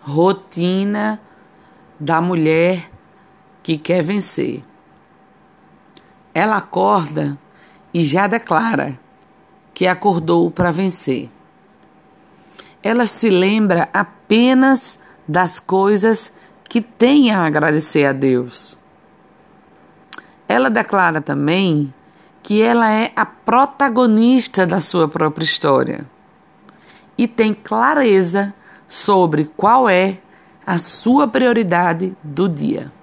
Rotina da mulher que quer vencer. Ela acorda e já declara que acordou para vencer. Ela se lembra apenas das coisas que tem a agradecer a Deus. Ela declara também que ela é a protagonista da sua própria história e tem clareza sobre qual é a sua prioridade do dia.